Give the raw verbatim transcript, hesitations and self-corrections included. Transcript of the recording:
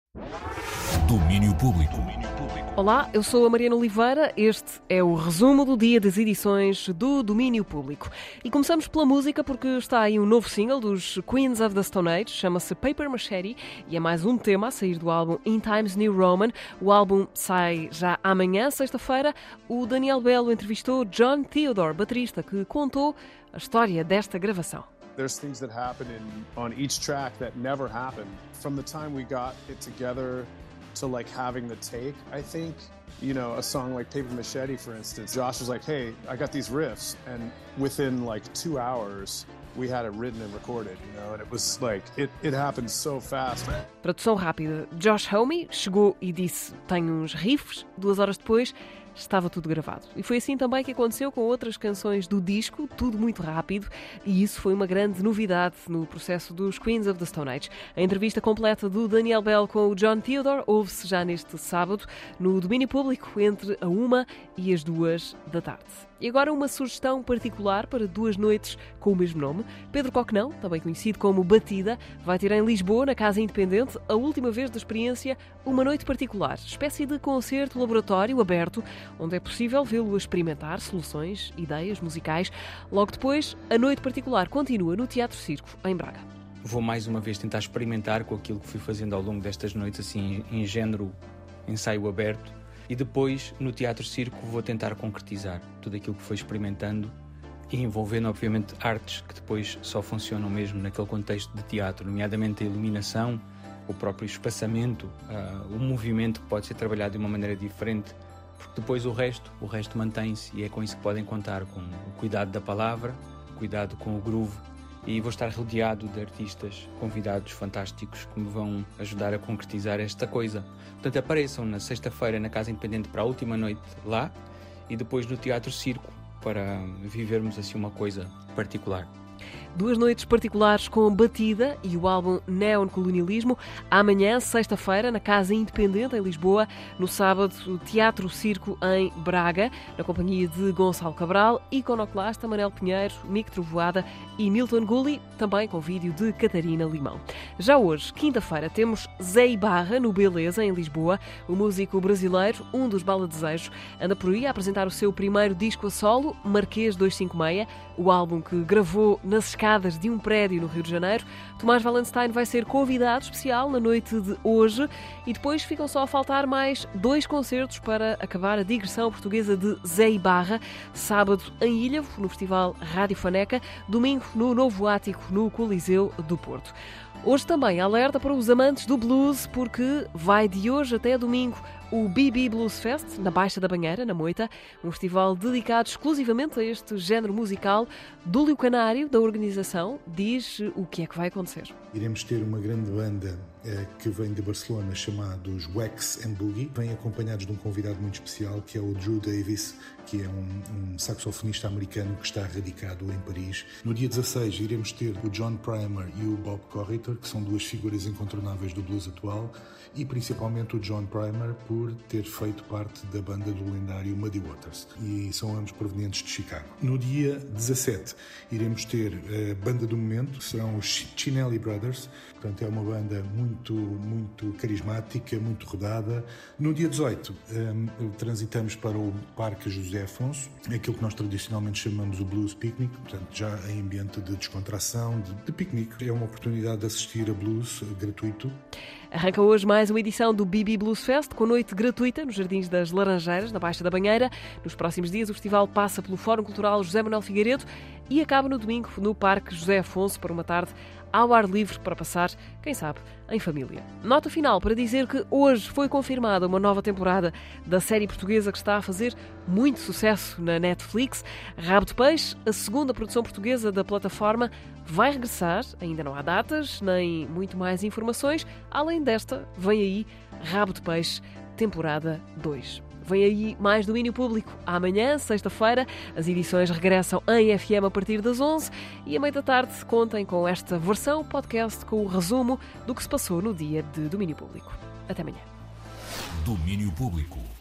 Domínio Público. Olá, eu sou a Mariana Oliveira, este é o resumo do dia das edições do Domínio Público. E começamos pela música porque está aí um novo single dos Queens of the Stone Age, chama-se Paper Machete e é mais um tema a sair do álbum In Times New Roman. O álbum sai já amanhã, sexta-feira. O Daniel Belo entrevistou John Theodore, baterista, que contou a história desta gravação. There's things that happen in, on each track that never happened. From the time we got it together to like having the take, I think, you know, a song like Paper Machete, for instance, Josh was like, hey, I got these riffs. And within like two hours, we had it written and recorded, you know, and it was like, it, it happened so fast. Tradução rápida. Josh Homme chegou e disse, tenho uns riffs. Duas horas depois, estava tudo gravado. E foi assim também que aconteceu com outras canções do disco, tudo muito rápido, e isso foi uma grande novidade no processo dos Queens of the Stone Age. A entrevista completa do Daniel Bell com o John Theodore ouve-se já neste sábado, no Domínio Público, entre a uma e as duas da tarde. E agora uma sugestão particular para duas noites com o mesmo nome. Pedro Coquenão, também conhecido como Batida, vai ter em Lisboa, na Casa Independente, a última vez da experiência, uma noite particular, espécie de concerto laboratório aberto, onde é possível vê-lo a experimentar soluções, ideias musicais. Logo depois, a noite particular continua no Teatro Circo, em Braga. Vou mais uma vez tentar experimentar com aquilo que fui fazendo ao longo destas noites, assim, em género ensaio aberto. E depois, no Teatro Circo, vou tentar concretizar tudo aquilo que fui experimentando e envolvendo, obviamente, artes que depois só funcionam mesmo naquele contexto de teatro, nomeadamente a iluminação, o próprio espaçamento, uh, o movimento que pode ser trabalhado de uma maneira diferente, porque depois o resto, o resto mantém-se e é com isso que podem contar, com o cuidado da palavra, o cuidado com o groove. E vou estar rodeado de artistas, convidados fantásticos que me vão ajudar a concretizar esta coisa. Portanto, apareçam na sexta-feira na Casa Independente para a última noite lá e depois no Teatro Circo para vivermos assim uma coisa particular. Duas noites particulares com Batida e o álbum Neon Colonialismo. Amanhã, sexta-feira, na Casa Independente, em Lisboa. No sábado, o Teatro Circo, em Braga, na companhia de Gonçalo Cabral, Iconoclasta, Manel Pinheiro, Nick Trovoada e Milton Gulli, também com vídeo de Catarina Limão. Já hoje, quinta-feira, temos Zé Ibarra, no Beleza, em Lisboa. O músico brasileiro, um dos baladezeiros, anda por aí a apresentar o seu primeiro disco a solo, Marquês duzentos e cinquenta e seis, o álbum que gravou nas escadas de um prédio no Rio de Janeiro. Tomás Valenstein vai ser convidado especial na noite de hoje e depois ficam só a faltar mais dois concertos para acabar a digressão portuguesa de Zé Ibarra. Sábado em Ilhavo, no Festival Rádio Faneca, domingo no Novo Ático, no Coliseu do Porto. Hoje também alerta para os amantes do blues, porque vai de hoje até domingo o B B Blues Fest, na Baixa da Banheira, na Moita, um festival dedicado exclusivamente a este género musical. Dúlio Canário, da organização, diz o que é que vai acontecer. Iremos ter uma grande banda eh, que vem de Barcelona, chamados Wax and Boogie. Vêm acompanhados de um convidado muito especial, que é o Drew Davis, que é um, um saxofonista americano que está radicado em Paris. No dia dezasseis iremos ter o John Primer e o Bob Corritor, que são duas figuras incontornáveis do blues atual, e principalmente o John Primer por ter feito parte da banda do lendário Muddy Waters, e são ambos provenientes de Chicago. No dia dezassete iremos ter a banda do momento, serão os Chinelli Brothers, portanto é uma banda muito, muito carismática, muito rodada. No dia dezoito um, transitamos para o Parque José Afonso, aquilo que nós tradicionalmente chamamos o Blues Picnic, portanto já em ambiente de descontração, de, de piquenique. É uma oportunidade de assistir a blues gratuito. Arranca hoje mais uma edição do B B Blues Fest, com noite gratuita nos Jardins das Laranjeiras, na Baixa da Banheira. Nos próximos dias o festival passa pelo Fórum Cultural José Manuel Figueiredo e acaba no domingo no Parque José Afonso para uma tarde ao ar livre para passar, quem sabe, em família. Nota final para dizer que hoje foi confirmada uma nova temporada da série portuguesa que está a fazer muito sucesso na Netflix. Rabo de Peixe, a segunda produção portuguesa da plataforma, vai regressar. Ainda não há datas, nem muito mais informações. Além desta, vem aí Rabo de Peixe, temporada dois. Vem aí mais Domínio Público. Amanhã, sexta-feira, as edições regressam em F M a partir das onze e à meia da tarde contem com esta versão podcast com o resumo do que se passou no dia de Domínio Público. Até amanhã. Domínio Público.